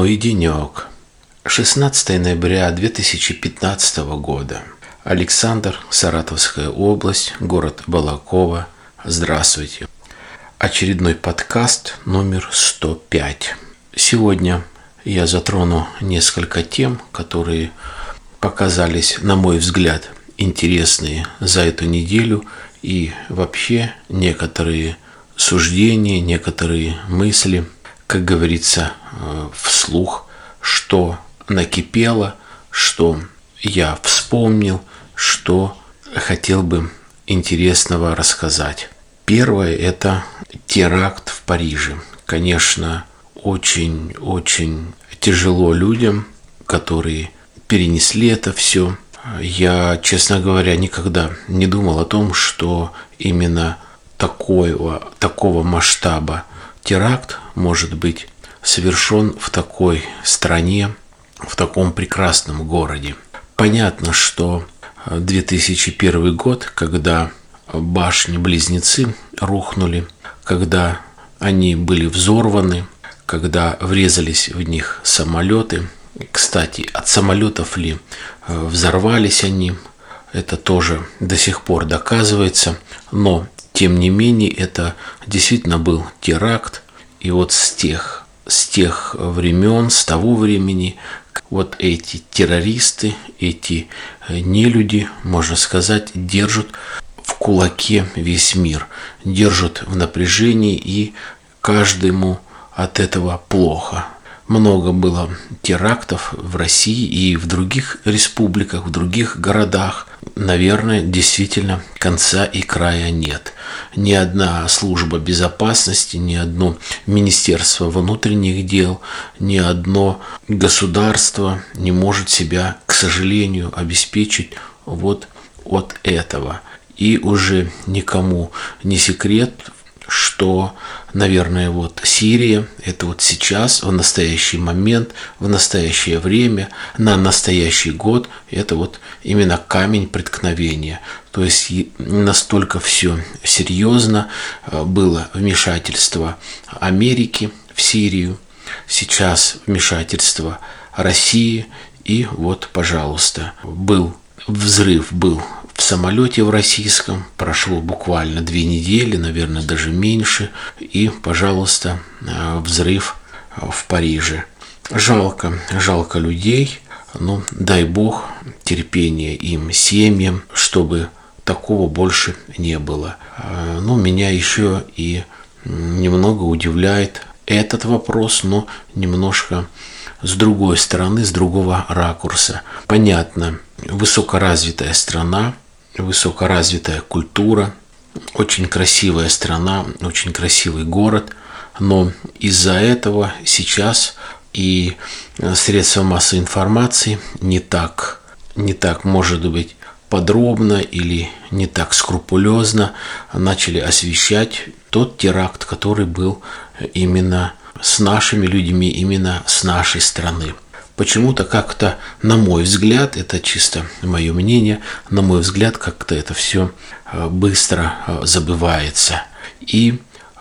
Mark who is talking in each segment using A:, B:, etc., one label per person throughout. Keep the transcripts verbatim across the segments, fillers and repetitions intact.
A: Ну и денек. шестнадцатое ноября две тысячи пятнадцатого года. Александр, Саратовская область, город Балаково. Здравствуйте. Очередной подкаст номер сто пять. Сегодня я затрону несколько тем, которые показались, на мой взгляд, интересные за эту неделю, и вообще некоторые суждения, некоторые мысли, как говорится, вслух, что накипело, что я вспомнил, что хотел бы интересного рассказать. Первое – это теракт в Париже. Конечно, очень-очень тяжело людям, которые перенесли это все. Я, честно говоря, никогда не думал о том, что именно такого, такого масштаба теракт может быть совершен в такой стране, в таком прекрасном городе. Понятно, что две тысячи первый год, когда башни-близнецы рухнули, когда они были взорваны, когда врезались в них самолеты. Кстати, от самолетов ли взорвались они, это тоже до сих пор доказывается, но тем не менее это действительно был теракт. И вот с тех, с тех времен, с того времени, вот эти террористы, эти нелюди, можно сказать, держат в кулаке весь мир, держат в напряжении, и каждому от этого плохо. Много было терактов в России и в других республиках, в других городах. Наверное, действительно конца и края нет. Ни одна служба безопасности, ни одно Министерство внутренних дел, ни одно государство не может себя, к сожалению, обеспечить вот от этого. И уже никому не секрет, что, наверное, вот Сирия, это вот сейчас, в настоящий момент, в настоящее время, на настоящий год, это вот именно камень преткновения. То есть настолько все серьезно было вмешательство Америки в Сирию, сейчас вмешательство России, и вот, пожалуйста, был взрыв, был в самолете в российском, прошло буквально две недели, наверное, даже меньше, и, пожалуйста, взрыв в Париже. Жалко, жалко людей, но дай бог терпения им, семьям, чтобы такого больше не было. Ну, меня еще и немного удивляет этот вопрос, но немножко с другой стороны, с другого ракурса. Понятно, высокоразвитая страна, высокоразвитая культура, очень красивая страна, очень красивый город, но из-за этого сейчас и средства массовой информации не так, не так, может быть, подробно или не так скрупулезно начали освещать тот теракт, который был именно с нашими людьми, именно с нашей страны. Почему-то как-то, на мой взгляд, это чисто мое мнение, на мой взгляд, как-то это все быстро забывается. И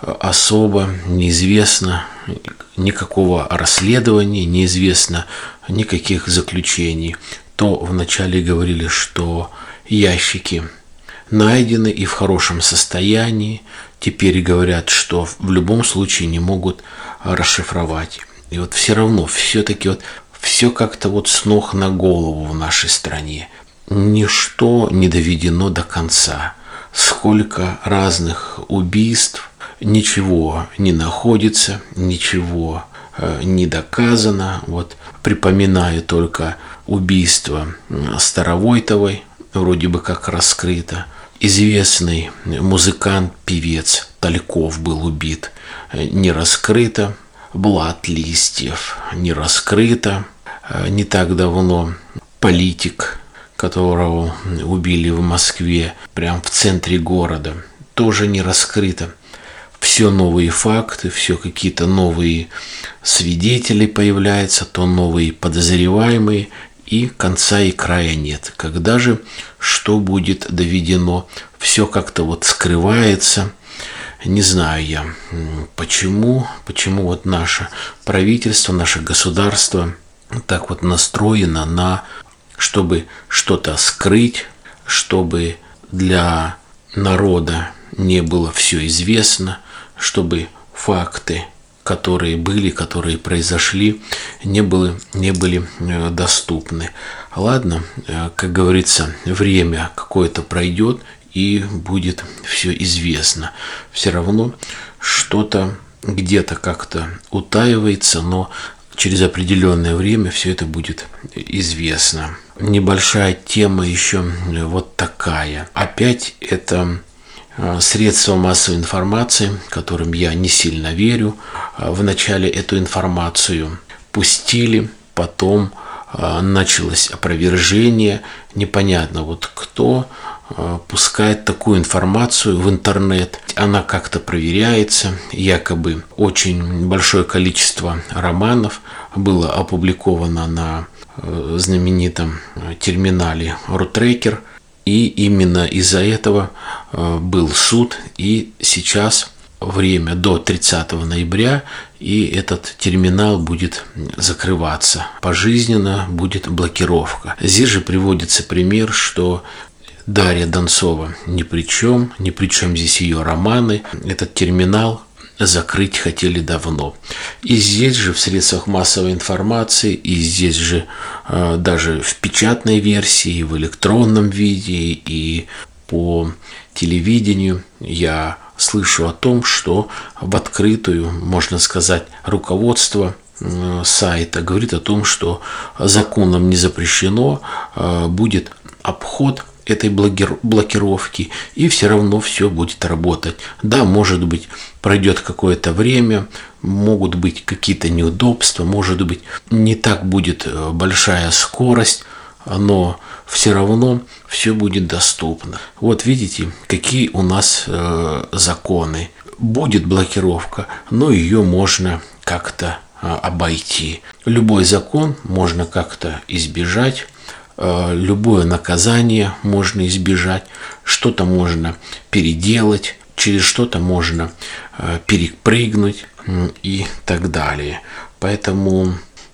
A: особо неизвестно никакого расследования, неизвестно никаких заключений. То вначале говорили, что ящики найдены и в хорошем состоянии, теперь говорят, что в любом случае не могут расшифровать. И вот все равно, все-таки вот все как-то вот с ног на голову в нашей стране. Ничто не доведено до конца. Сколько разных убийств, ничего не находится, ничего э, не доказано. Вот припоминаю только убийство Старовойтовой, вроде бы как раскрыто. Известный музыкант, певец Тальков был убит, не раскрыто. Блат Листьев не раскрыто. Не так давно политик, которого убили в Москве, прямо в центре города, тоже не раскрыто. Все новые факты, все какие-то новые свидетели появляются, то новые подозреваемые, и конца и края нет. Когда же что будет доведено? Все как-то вот скрывается, Не знаю я, почему, почему вот наше правительство, наше государство так вот настроено на, чтобы что-то скрыть, чтобы для народа не было все известно, чтобы факты, которые были, которые произошли, не были, не были доступны. Ладно, как говорится, время какое-то пройдет, и будет все известно. Все равно что-то где-то как-то утаивается, но через определенное время все это будет известно. Небольшая тема еще вот такая. Опять это средства массовой информации, которым я не сильно верю. Вначале эту информацию пустили, потом началось опровержение. Непонятно, вот кто пускает такую информацию в интернет. Она как-то проверяется. Якобы очень большое количество романов было опубликовано на знаменитом терминале RootRacer. И именно из-за этого был суд. И сейчас время до тридцатого ноября, и этот терминал будет закрываться. Пожизненно будет блокировка. Здесь же приводится пример, что Дарья Донцова ни при чем, ни при чем здесь ее романы. Этот терминал закрыть хотели давно. И здесь же в средствах массовой информации, и здесь же э, даже в печатной версии, в электронном виде и по телевидению я слышу о том, что в открытую, можно сказать, руководство э, сайта говорит о том, что законом не запрещено, э, будет обход этой блокировки, и все равно все будет работать. Да, может быть, пройдет какое-то время, могут быть какие-то неудобства, может быть, не так будет большая скорость, но все равно все будет доступно. Вот видите, какие у нас э, законы. Будет блокировка, но ее можно как-то э, обойти. Любой закон можно как-то избежать. Любое наказание можно избежать, что-то можно переделать, через что-то можно перепрыгнуть и так далее. Поэтому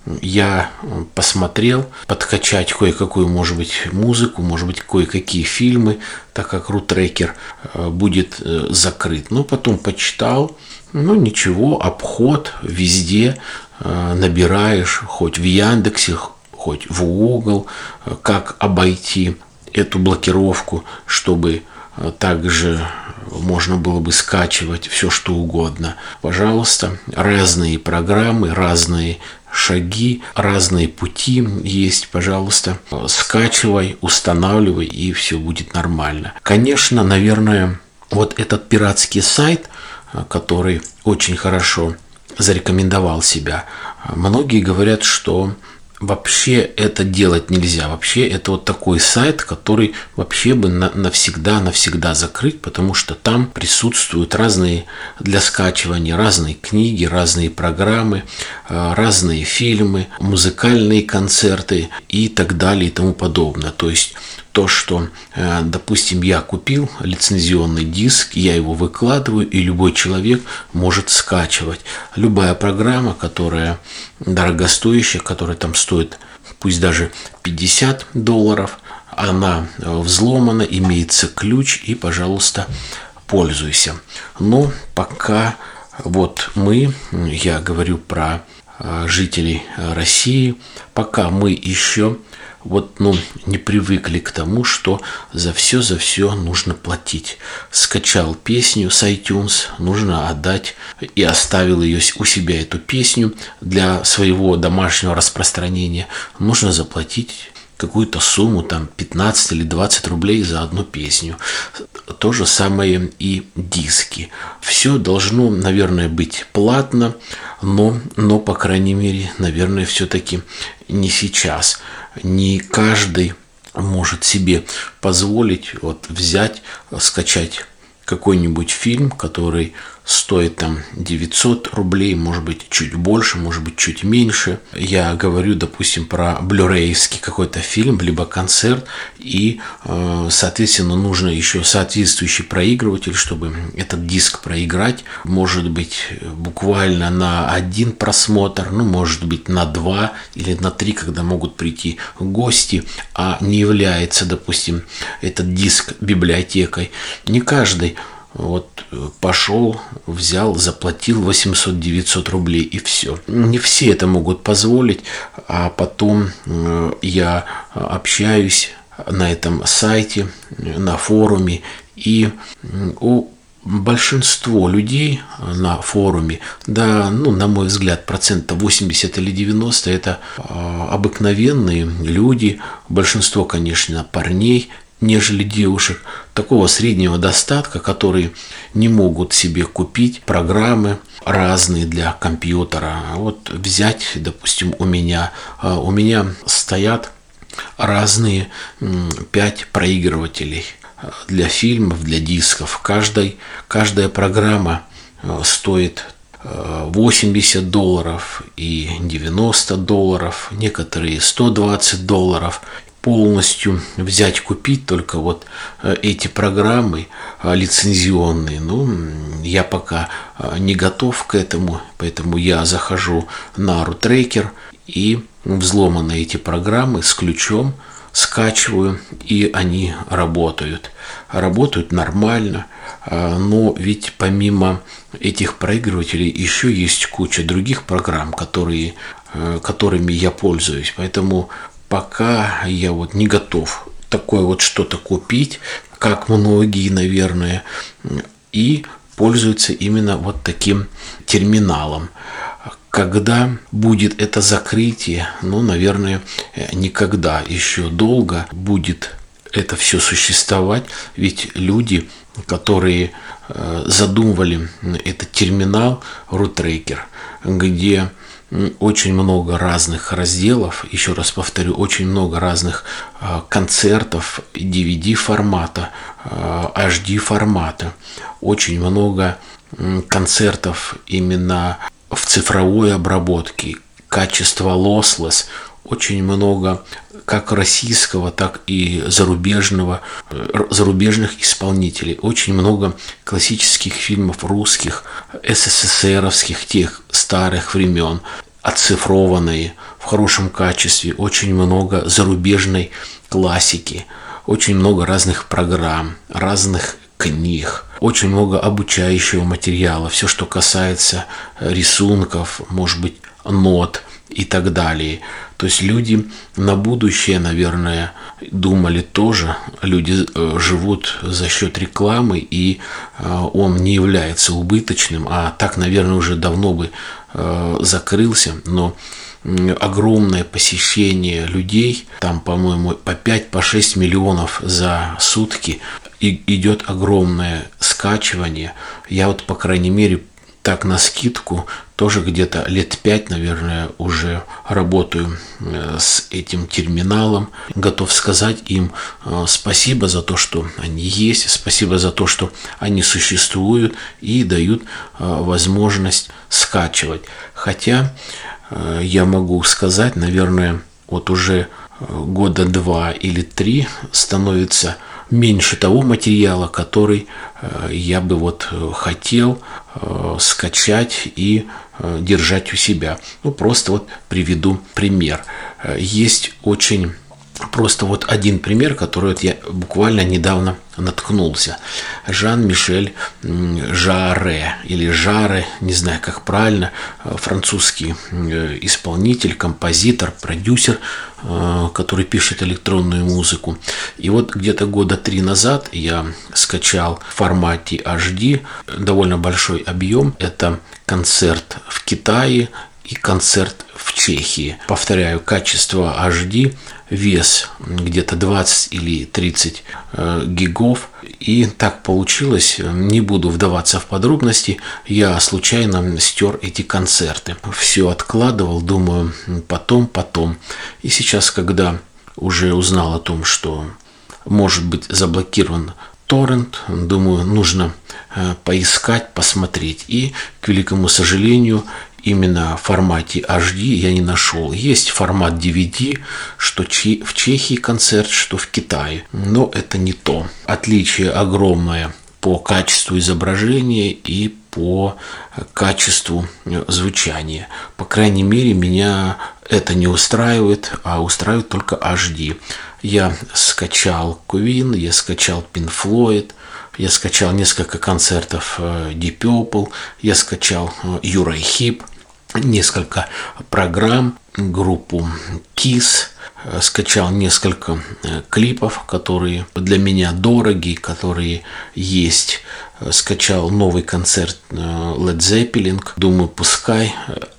A: я посмотрел, подкачать кое-какую, может быть, музыку, может быть, кое-какие фильмы, так как RootRacer будет закрыт. Но потом почитал, ну ничего, обход везде набираешь, хоть в Яндексе, хоть в Google, как обойти эту блокировку, чтобы также можно было бы скачивать все, что угодно. Пожалуйста, разные программы, разные шаги, разные пути есть, пожалуйста, скачивай, устанавливай, и все будет нормально. Конечно, наверное, вот этот пиратский сайт, который очень хорошо зарекомендовал себя, многие говорят, что вообще это делать нельзя. Вообще это вот такой сайт, который вообще бы навсегда, навсегда закрыть, потому что там присутствуют разные для скачивания, разные книги, разные программы, разные фильмы, музыкальные концерты и так далее и тому подобное. То есть то, что, допустим, я купил лицензионный диск, я его выкладываю, и любой человек может скачивать. Любая программа, которая дорогостоящая, которая там стоит, пусть даже пятьдесят долларов, она взломана, имеется ключ, и, пожалуйста, пользуйся. Но пока вот мы, я говорю про жителей России, пока мы еще вот, ну, не привыкли к тому, что за все, за все нужно платить. Скачал песню с iTunes, нужно отдать, и оставил ее у себя, эту песню, для своего домашнего распространения. Нужно заплатить какую-то сумму, там пятнадцать или двадцать рублей за одну песню. То же самое и диски. Все должно, наверное, быть платно, но, но по крайней мере, наверное, все-таки не сейчас. Не каждый может себе позволить вот взять, скачать какой-нибудь фильм, который стоит там девятьсот рублей, может быть, чуть больше, может быть, чуть меньше. Я говорю, допустим, про блюрейский какой-то фильм, либо концерт, и, соответственно, нужно еще соответствующий проигрыватель, чтобы этот диск проиграть. Может быть, буквально на один просмотр, ну, может быть, на два или на три, когда могут прийти гости, а не является, допустим, этот диск библиотекой. Не каждый вот пошел, взял, заплатил восемьсот-девятьсот рублей и все. Не все это могут позволить, а потом я общаюсь на этом сайте, на форуме, и у большинство людей на форуме, да, ну, на мой взгляд, процентов восемьдесят или девяносто это обыкновенные люди, большинство, конечно, парней, нежели девушек, такого среднего достатка, которые не могут себе купить программы разные для компьютера. Вот взять, допустим, у меня, у меня стоят разные пять проигрывателей для фильмов, для дисков. Каждой, каждая программа стоит восемьдесят долларов и девяносто долларов, некоторые сто двадцать долларов. Полностью взять, купить только вот эти программы лицензионные, ну, я пока не готов к этому, поэтому я захожу на RootRaker и взломанные эти программы с ключом скачиваю, и они работают. Работают нормально, но ведь помимо этих проигрывателей еще есть куча других программ, которые, которыми я пользуюсь, поэтому пока я вот не готов такое вот что-то купить, как многие, наверное, и пользуются именно вот таким терминалом. Когда будет это закрытие, ну, наверное, никогда, еще долго будет это все существовать, ведь люди, которые задумывали этот терминал RootRaker, где очень много разных разделов, еще раз повторю, очень много разных э, концертов ди ви ди формата, э, эйч ди формата, очень много э, концертов именно в цифровой обработке, качество lossless, очень много как российского, так и зарубежного, зарубежных исполнителей. Очень много классических фильмов русских, СССРовских, тех старых времен, оцифрованные в хорошем качестве. Очень много зарубежной классики, очень много разных программ, разных книг, очень много обучающего материала, все, что касается рисунков, может быть, нот и так далее. То есть люди на будущее, наверное, думали тоже. Люди живут за счет рекламы, и он не является убыточным, а так, наверное, уже давно бы закрылся. Но огромное посещение людей, там, по-моему, по пять, по шесть миллионов за сутки, и идет огромное скачивание. Я вот, по крайней мере, так на скидку тоже где-то лет пять, наверное, уже работаю с этим терминалом. Готов сказать им спасибо за то, что они есть, спасибо за то, что они существуют и дают возможность скачивать. Хотя я могу сказать, наверное, вот уже года два или три становится меньше того материала, который я бы вот хотел скачать и держать у себя. Ну, просто вот приведу пример. Есть очень просто вот один пример, который вот я буквально недавно наткнулся. Жан-Мишель Жарре или Жарре, не знаю, как правильно, французский исполнитель, композитор, продюсер, который пишет электронную музыку. И вот где-то года три назад я скачал в формате эйч ди довольно большой объем. Это концерт в Китае и концерт в Чехии. Повторяю, качество эйч ди, вес где-то двадцать или тридцать э, гигов. И так получилось, не буду вдаваться в подробности, я случайно стер эти концерты. Все откладывал, думаю, потом, потом. И сейчас, когда уже узнал о том, что может быть заблокирован торрент, думаю, нужно поискать, посмотреть. И, к великому сожалению, именно в формате эйч ди я не нашел. Есть формат ди ви ди, что в Чехии концерт, что в Китае. Но это не то. Отличие огромное по качеству изображения и по качеству звучания. По крайней мере, меня это не устраивает, а устраивает только эйч ди. Я скачал Queen, я скачал Pink Floyd, я скачал несколько концертов Deep Purple, я скачал Uriah Heep, несколько программ, группу Kiss, скачал несколько клипов, которые для меня дороги, которые есть. Скачал новый концерт Led Zeppelin. Думаю, пускай.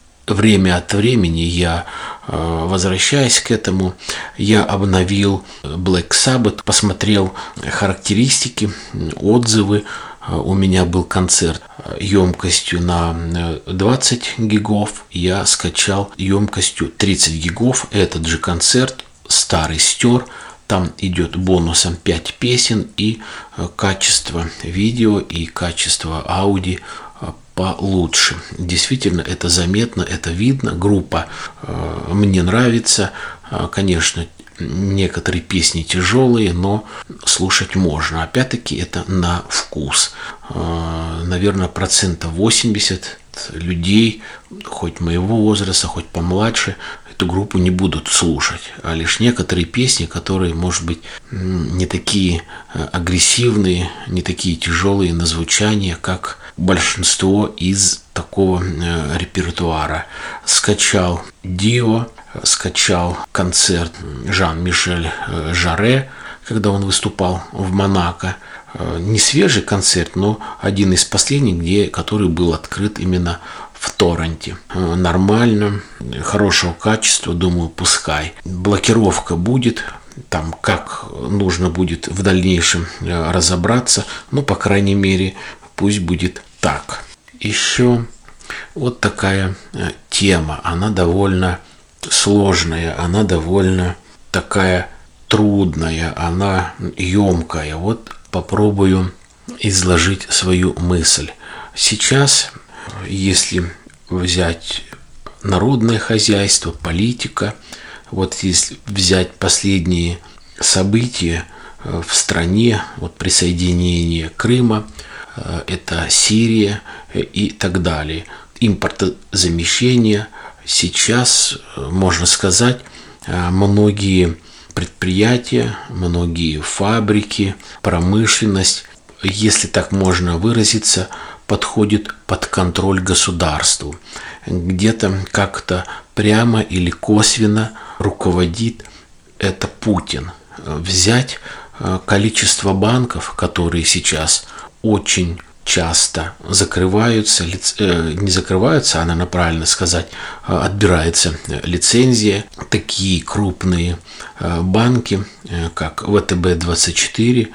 A: Время от времени я возвращаюсь к этому. Я обновил Black Sabbath, посмотрел характеристики, отзывы. У меня был концерт емкостью на двадцать гигов. Я скачал емкостью тридцать гигов. Этот же концерт старый стер. Там идет бонусом пять песен, и качество видео и качество аудио получше. Действительно, это заметно, это видно. Группа э, мне нравится. Конечно, некоторые песни тяжелые, но слушать можно. Опять-таки, это на вкус. Э, наверное, процентов восемьдесят людей, хоть моего возраста, хоть помладше, эту группу не будут слушать, а лишь некоторые песни, которые, может быть, не такие агрессивные, не такие тяжелые на звучание, как большинство из такого репертуара. Скачал Дио, скачал концерт Жан-Мишель Жарре, когда он выступал в Монако. Не свежий концерт, но один из последних, где, который был открыт именно в торренте. Нормально, хорошего качества, думаю, пускай. Блокировка будет, там как нужно будет в дальнейшем разобраться, но, по крайней мере, пусть будет так. Еще вот такая тема, она довольно сложная, она довольно такая трудная, она емкая. Вот попробую изложить свою мысль. Сейчас, если взять народное хозяйство, политика, вот если взять последние события в стране, вот присоединение Крыма, это Сирия и так далее, импортозамещение, сейчас, можно сказать, многие предприятия, многие фабрики, промышленность, если так можно выразиться, подходит под контроль государству. Где-то как-то прямо или косвенно руководит это Путин. Взять количество банков, которые сейчас очень часто закрываются, не закрываются, а надо правильно сказать, отбирается лицензия. Такие крупные банки, как вэ тэ бэ двадцать четыре,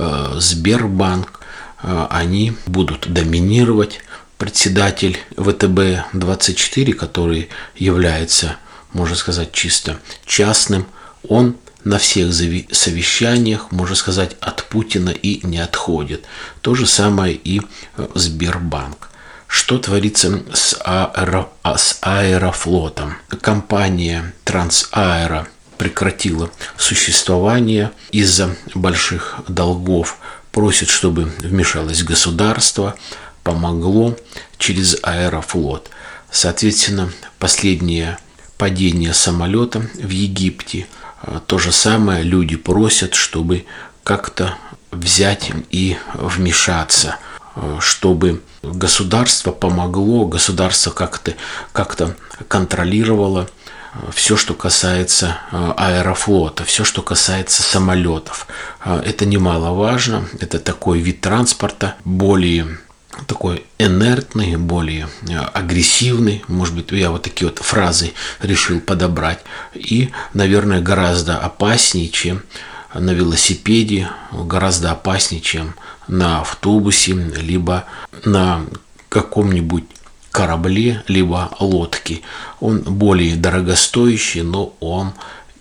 A: Сбербанк, они будут доминировать. Председатель вэ тэ бэ двадцать четыре, который является, можно сказать, чисто частным, он на всех совещаниях, можно сказать, от Путина и не отходит. То же самое и Сбербанк. Что творится с, аэро, с Аэрофлотом? Компания Трансаэро прекратила существование из-за больших долгов. Просит, чтобы вмешалось государство, помогло через Аэрофлот. Соответственно, последнее падение самолета в Египте. То же самое люди просят, чтобы как-то взять и вмешаться, чтобы государство помогло, государство как-то как-то контролировало все, что касается Аэрофлота, все, что касается самолетов. Это немаловажно, это такой вид транспорта, более такой инертный, более агрессивный, может быть, я вот такие вот фразы решил подобрать, и, наверное, гораздо опаснее, чем на велосипеде, гораздо опаснее, чем на автобусе, либо на каком-нибудь корабле, либо лодке. Он более дорогостоящий, но он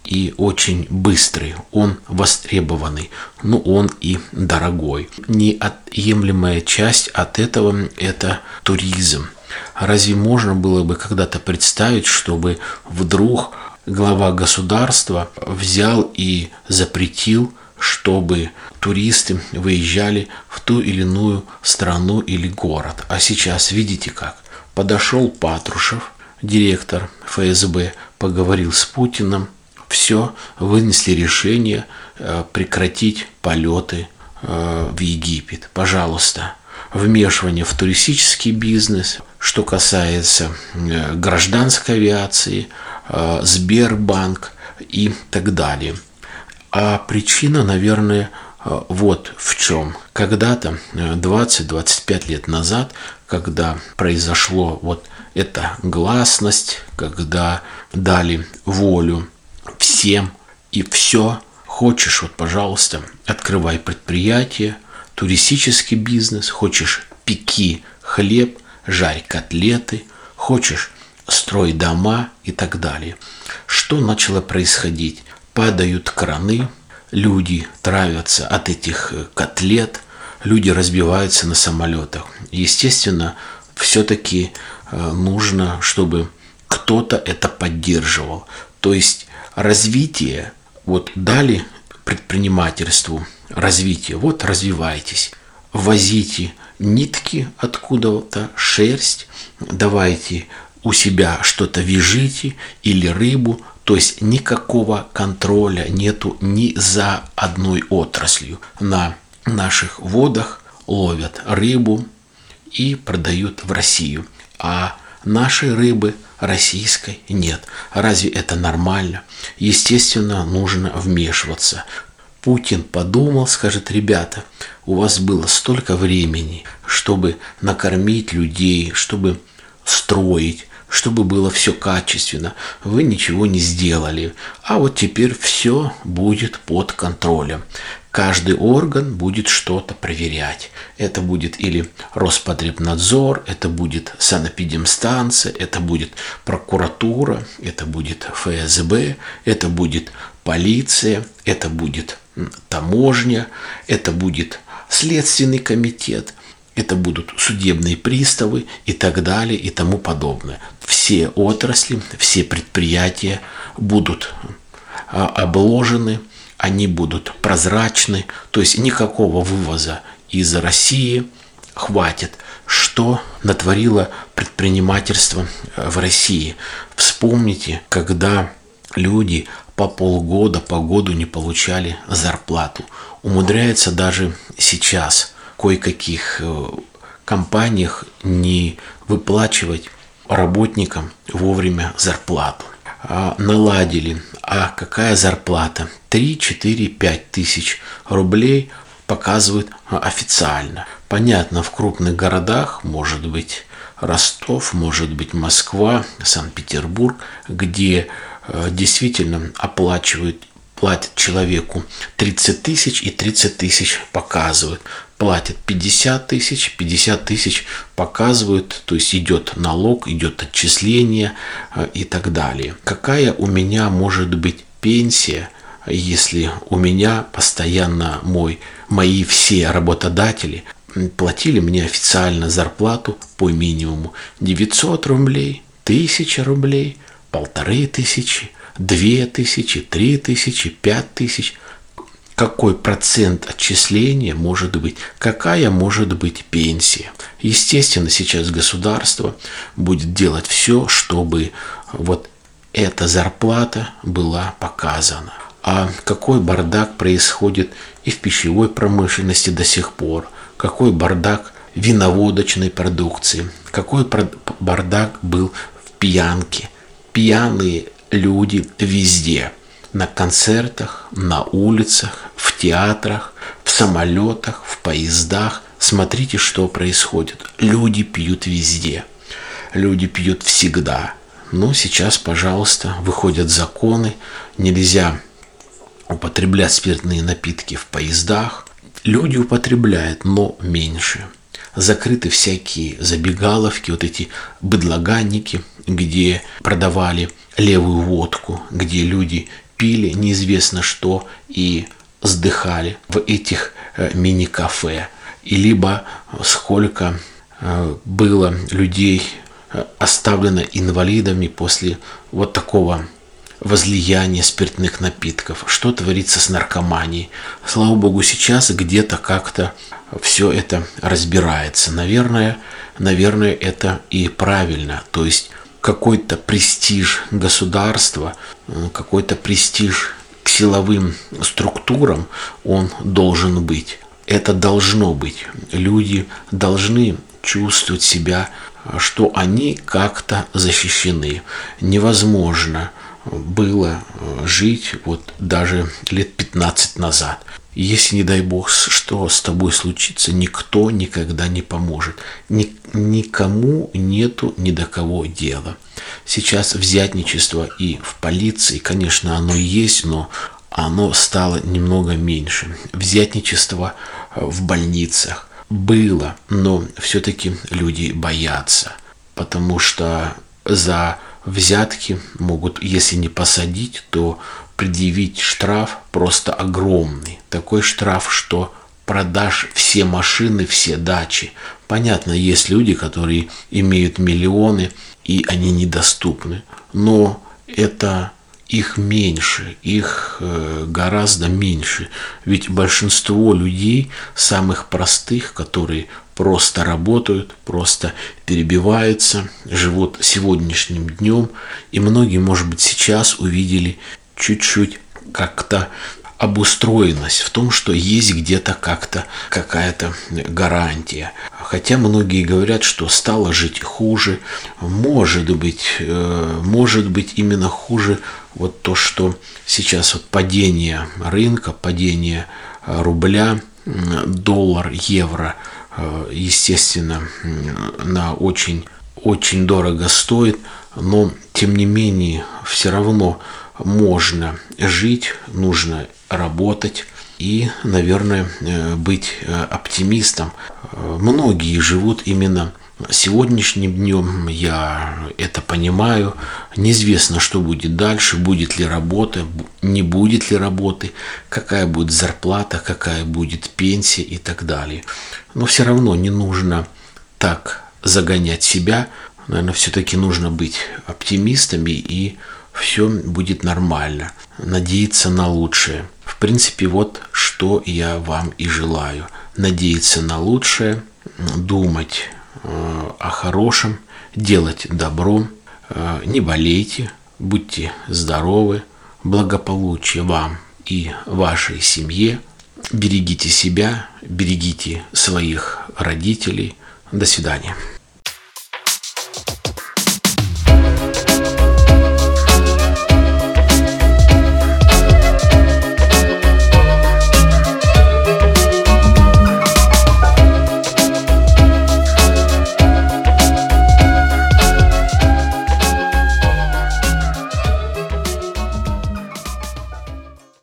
A: и очень быстрый, он востребованный, но он и дорогой. Неотъемлемая часть от этого – это туризм. Разве можно было бы когда-то представить, чтобы вдруг глава государства взял и запретил, чтобы туристы выезжали в ту или иную страну или город? А сейчас видите как? Подошел Патрушев, директор эф эс бэ, поговорил с Путиным, все, вынесли решение прекратить полеты в Египет. Пожалуйста, вмешивание в туристический бизнес, что касается гражданской авиации, Сбербанк и так далее. А причина, наверное, вот в чем. Когда-то, двадцать-двадцать пять лет назад, когда произошло вот эта гласность, когда дали волю всем и все, хочешь, вот, пожалуйста, открывай предприятие, туристический бизнес, хочешь, пеки хлеб, жарь котлеты, хочешь, строй дома и так далее. Что начало происходить? Падают краны, люди травятся от этих котлет, люди разбиваются на самолетах. Естественно, все-таки нужно, чтобы кто-то это поддерживал. То есть развитие, вот дали предпринимательству развитие, вот развивайтесь, возите нитки откуда-то, шерсть, давайте у себя что-то вяжите или рыбу. То есть никакого контроля нету ни за одной отраслью. На наших водах ловят рыбу и продают в Россию. А нашей рыбы российской нет. Разве это нормально? Естественно, нужно вмешиваться. Путин подумал, скажет: ребята, у вас было столько времени, чтобы накормить людей, чтобы строить, чтобы было все качественно. Вы ничего не сделали. А вот теперь все будет под контролем. Каждый орган будет что-то проверять. Это будет или Роспотребнадзор, это будет санэпидемстанция, это будет прокуратура, это будет эф эс бэ, это будет полиция, это будет таможня, это будет Следственный комитет. Это будут судебные приставы и так далее и тому подобное. Все отрасли, все предприятия будут обложены, они будут прозрачны, то есть никакого вывоза из России. Хватит, что натворило предпринимательство в России. Вспомните, когда люди по полгода, по году не получали зарплату. Умудряется даже сейчас кое-каких компаниях не выплачивать работникам вовремя зарплату. А наладили. А какая зарплата? три, четыре, пять тысяч рублей показывают официально. Понятно, в крупных городах, может быть Ростов, может быть Москва, Санкт-Петербург, где действительно оплачивают, платят человеку тридцать тысяч и тридцать тысяч показывают. Платят пятьдесят тысяч, пятьдесят тысяч показывают, то есть идет налог, идет отчисление и так далее. Какая у меня может быть пенсия, если у меня постоянно мой, мои все работодатели платили мне официально зарплату по минимуму девятьсот рублей, тысяча рублей, полторы тысячи, две тысячи, три тысячи, пять тысяч. Какой процент отчисления может быть? Какая может быть пенсия? Естественно, сейчас государство будет делать все, чтобы вот эта зарплата была показана. А какой бардак происходит и в пищевой промышленности до сих пор? Какой бардак в виноводочной продукции? Какой бардак был в пьянке? Пьяные люди везде. На концертах, на улицах, в театрах, в самолетах, в поездах. Смотрите, что происходит. Люди пьют везде. Люди пьют всегда. Но сейчас, пожалуйста, выходят законы. Нельзя употреблять спиртные напитки в поездах. Люди употребляют, но меньше. Закрыты всякие забегаловки, вот эти быдлаганники, где продавали левую водку, где люди пили неизвестно что и сдыхали в этих мини-кафе. И либо сколько было людей оставлено инвалидами после вот такого возлияния спиртных напитков. Что творится с наркоманией? Слава богу, сейчас где-то как-то все это разбирается. Наверное, наверное, это и правильно. То есть какой-то престиж государства, какой-то престиж к силовым структурам, он должен быть. Это должно быть. Люди должны чувствовать себя, что они как-то защищены. Невозможно было жить вот даже лет пятнадцать назад. Если, не дай бог, что с тобой случится, никто никогда не поможет. Ни, никому нету ни до кого дела. Сейчас взятничество и в полиции, конечно, оно есть, но оно стало немного меньше. Взятничество в больницах было, но все-таки люди боятся, потому что за взятки могут, если не посадить, то предъявить штраф просто огромный. Такой штраф, что продашь все машины, все дачи. Понятно, есть люди, которые имеют миллионы, и они недоступны. Но это их меньше, их гораздо меньше. Ведь большинство людей, самых простых, которые просто работают, просто перебиваются, живут сегодняшним днем. И многие, может быть, сейчас увидели чуть-чуть как-то обустроенность в том, что есть где-то как-то какая-то гарантия. Хотя многие говорят, что стало жить хуже. Может быть, может быть именно хуже вот то, что сейчас вот падение рынка, падение рубля, доллар, евро, естественно, на очень, очень дорого стоит, но тем не менее все равно можно жить, нужно работать и, наверное, быть оптимистом. Многие живут именно сегодняшним днем, я это понимаю. Неизвестно, что будет дальше, будет ли работа, не будет ли работы, какая будет зарплата, какая будет пенсия и так далее. Но все равно не нужно так загонять себя. Наверное, все-таки нужно быть оптимистами, и все будет нормально. Надеяться на лучшее. В принципе, вот что я вам и желаю. Надеяться на лучшее, думать о хорошем, делать добро, не болейте, будьте здоровы, благополучия вам и вашей семье, берегите себя, берегите своих родителей. До свидания.